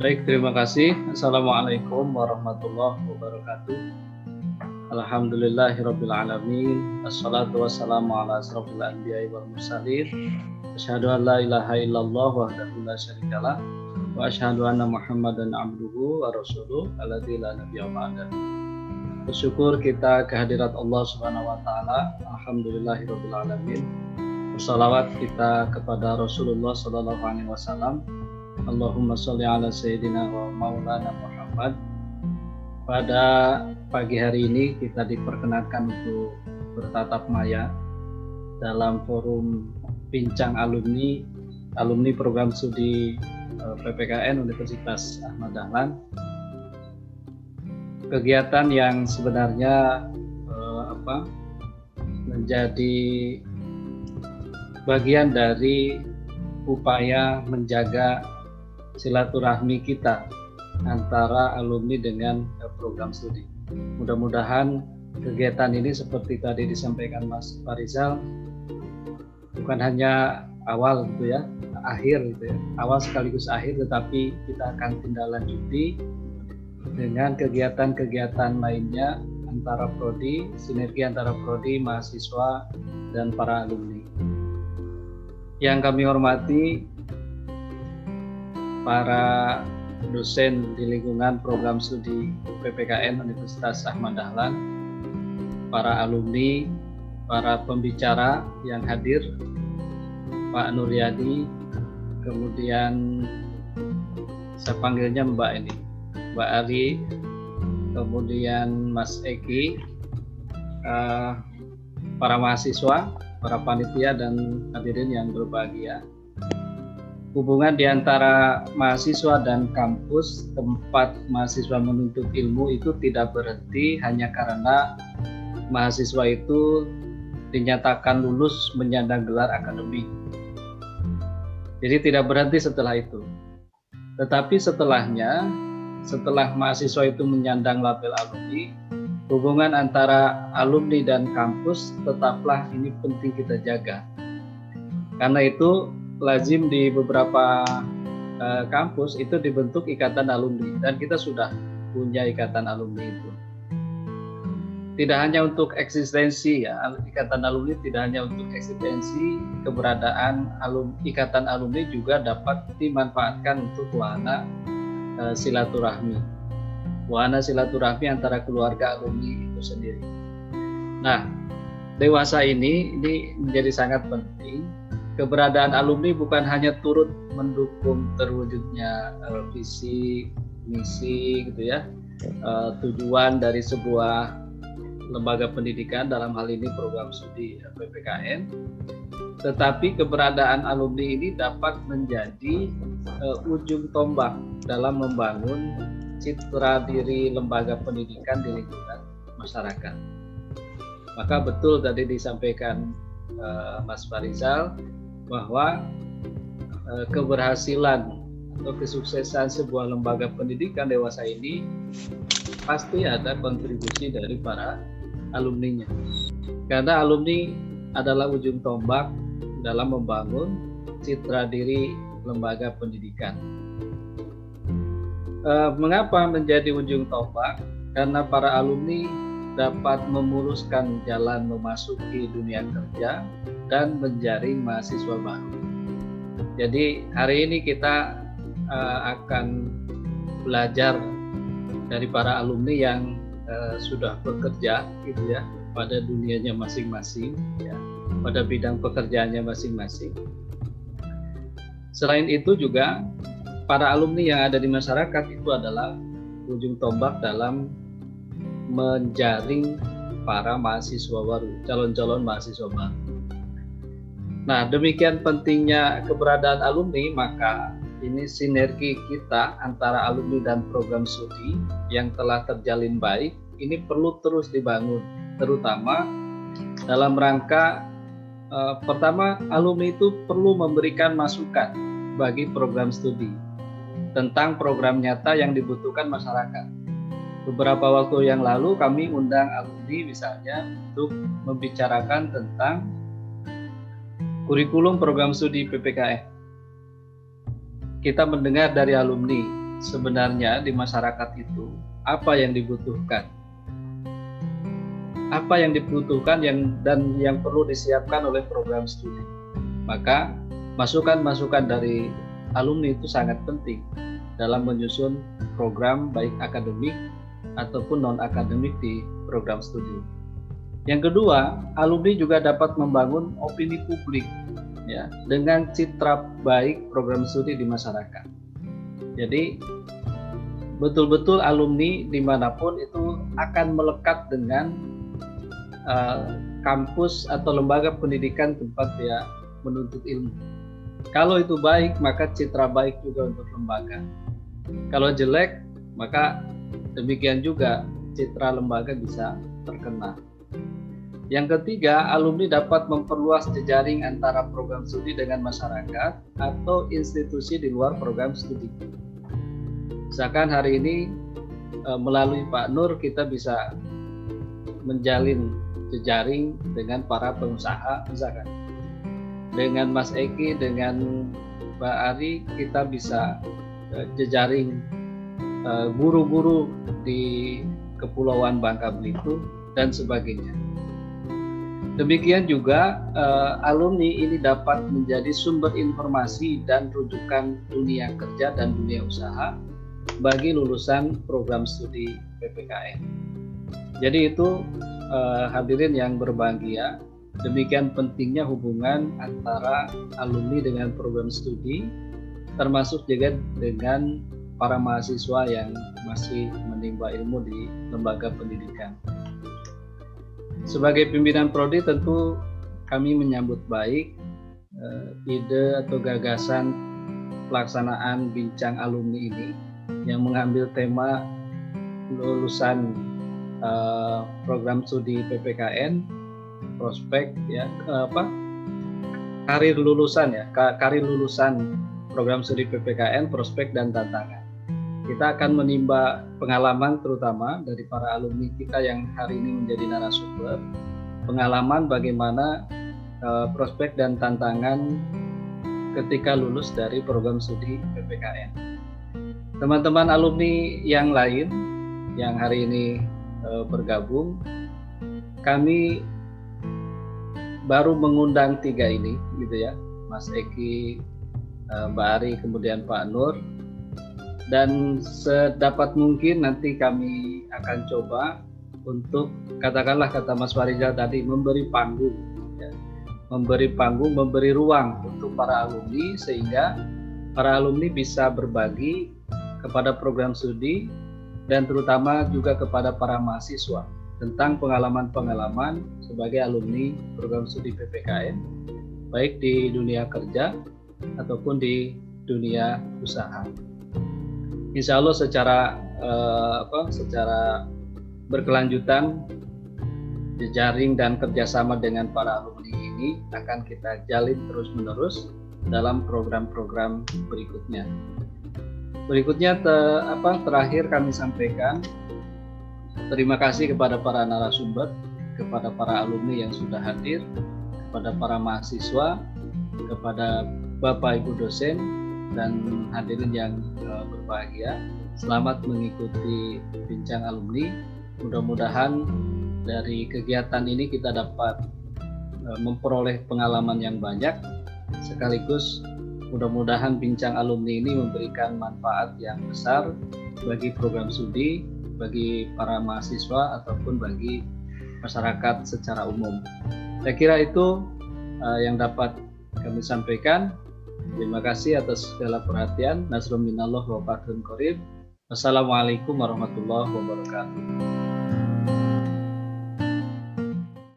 Baik, terima kasih. Assalamualaikum warahmatullahi wabarakatuh. Alhamdulillahirabbil alamin. Wassalatu wassalamu ala asrofil anbiya'i wal mursalin. Asyhadu an la ilaha illallah wahdahu la syarikalah wa asyhadu anna Muhammadan abduhu wa rasuluh alladzi la nabiyya ba'da. Bersyukur kita kehadirat Allah Subhanahu wa taala. Alhamdulillahirabbil alamin. Bersalawat kita kepada Rasulullah sallallahu alaihi wasallam. Allahumma sholli ala sayyidina wa maulana Muhammad. Pada pagi hari ini kita diperkenankan untuk bertatap maya dalam forum bincang alumni program studi PPKN Universitas Ahmad Dahlan. Kegiatan yang sebenarnya menjadi bagian dari upaya menjaga silaturahmi kita antara alumni dengan program studi. Mudah-mudahan kegiatan ini seperti tadi disampaikan Mas Farizal bukan hanya awal gitu ya, akhir gitu ya, awal sekaligus akhir, tetapi kita akan tindaklanjuti dengan kegiatan-kegiatan lainnya antara prodi, sinergi antara prodi, mahasiswa dan para alumni. Yang kami hormati para dosen di lingkungan program studi PPKN Universitas Ahmad Dahlan, para alumni, para pembicara yang hadir, Pak Nuryadi, kemudian saya panggilnya Mbak Ali, kemudian Mas Eki, para mahasiswa, para panitia dan hadirin yang berbahagia. Hubungan di antara mahasiswa dan kampus tempat mahasiswa menuntut ilmu itu tidak berhenti hanya karena mahasiswa itu dinyatakan lulus menyandang gelar akademik. Jadi tidak berhenti setelah itu. Tetapi setelah mahasiswa itu menyandang label alumni, hubungan antara alumni dan kampus tetaplah ini penting kita jaga. Karena itu lazim di beberapa kampus itu dibentuk ikatan alumni, dan kita sudah punya ikatan alumni itu. Tidak hanya untuk eksistensi ya, ikatan alumni tidak hanya untuk eksistensi, keberadaan ikatan alumni juga dapat dimanfaatkan untuk wahana silaturahmi. Wahana silaturahmi antara keluarga alumni itu sendiri. Nah, dewasa ini menjadi sangat penting. Keberadaan alumni bukan hanya turut mendukung terwujudnya visi, misi gitu ya, tujuan dari sebuah lembaga pendidikan, dalam hal ini program studi PPKN, tetapi keberadaan alumni ini dapat menjadi ujung tombak dalam membangun citra diri lembaga pendidikan di lingkungan masyarakat. Maka betul tadi disampaikan Mas Farizal bahwa keberhasilan atau kesuksesan sebuah lembaga pendidikan dewasa ini pasti ada kontribusi dari para alumninya. Karena alumni adalah ujung tombak dalam membangun citra diri lembaga pendidikan. Mengapa menjadi ujung tombak? Karena para alumni dapat memuluskan jalan memasuki dunia kerja dan menjaring mahasiswa baru. Jadi hari ini kita akan belajar dari para alumni yang sudah bekerja gitu ya, pada dunianya masing-masing ya, pada bidang pekerjaannya masing-masing. Selain itu juga para alumni yang ada di masyarakat itu adalah ujung tombak dalam menjaring para mahasiswa baru, calon-calon mahasiswa baru. Nah, demikian pentingnya keberadaan alumni, maka ini sinergi kita antara alumni dan program studi yang telah terjalin baik, ini perlu terus dibangun, terutama dalam rangka pertama, alumni itu perlu memberikan masukan bagi program studi tentang program nyata yang dibutuhkan masyarakat. Beberapa waktu yang lalu kami undang alumni misalnya untuk membicarakan tentang kurikulum program studi PPKN. Kita mendengar dari alumni sebenarnya di masyarakat itu apa yang dibutuhkan. Apa yang dibutuhkan dan yang perlu disiapkan oleh program studi. Maka masukan-masukan dari alumni itu sangat penting dalam menyusun program baik akademik ataupun non-akademik di program studi. Yang kedua, alumni juga dapat membangun opini publik ya, dengan citra baik program studi di masyarakat. Jadi betul-betul alumni dimanapun itu akan melekat dengan kampus atau lembaga pendidikan tempat dia menuntut ilmu. Kalau itu baik, maka citra baik juga untuk lembaga. Kalau jelek, maka demikian juga citra lembaga bisa terkena. Yang ketiga, alumni dapat memperluas jejaring antara program studi dengan masyarakat atau institusi di luar program studi. Misalkan hari ini melalui Pak Nur kita bisa menjalin jejaring dengan para pengusaha, misalkan dengan Mas Eki, dengan Mbak Ari, kita bisa jejaring guru-guru di Kepulauan Bangka Belitung dan sebagainya. Demikian juga alumni ini dapat menjadi sumber informasi dan rujukan dunia kerja dan dunia usaha bagi lulusan program studi PPKN. Jadi itu hadirin yang berbahagia, demikian pentingnya hubungan antara alumni dengan program studi, termasuk juga dengan para mahasiswa yang masih menimba ilmu di lembaga pendidikan. Sebagai pimpinan prodi tentu kami menyambut baik ide atau gagasan pelaksanaan bincang alumni ini yang mengambil tema lulusan program studi PPKN, prospek ya, karir lulusan program studi PPKN, prospek dan tantangan. Kita akan menimba pengalaman terutama dari para alumni kita yang hari ini menjadi narasumber, pengalaman bagaimana prospek dan tantangan ketika lulus dari program studi PPKN. Teman-teman alumni yang lain yang hari ini bergabung, kami baru mengundang 3 ini gitu ya, Mas Eki, Mbak Ari, kemudian Pak Nur, dan sedapat mungkin nanti kami akan coba untuk, katakanlah kata Mas Farizal tadi, memberi panggung ya. Memberi ruang untuk para alumni sehingga para alumni bisa berbagi kepada program studi dan terutama juga kepada para mahasiswa tentang pengalaman-pengalaman sebagai alumni program studi PPKN, baik di dunia kerja ataupun di dunia usaha. Insya Allah secara berkelanjutan jejaring dan kerjasama dengan para alumni ini akan kita jalin terus-menerus dalam program-program berikutnya. Berikutnya terakhir kami sampaikan terima kasih kepada para narasumber, kepada para alumni yang sudah hadir, kepada para mahasiswa, kepada Bapak Ibu dosen dan hadirin yang berbahagia. Selamat mengikuti bincang alumni. Mudah-mudahan dari kegiatan ini kita dapat memperoleh pengalaman yang banyak, sekaligus mudah-mudahan bincang alumni ini memberikan manfaat yang besar bagi program studi, bagi para mahasiswa ataupun bagi masyarakat secara umum. Saya kira itu yang dapat kami sampaikan. Terima kasih atas segala perhatian. Nasrun minallah wa fathun qarib. Wassalamualaikum warahmatullahi wabarakatuh.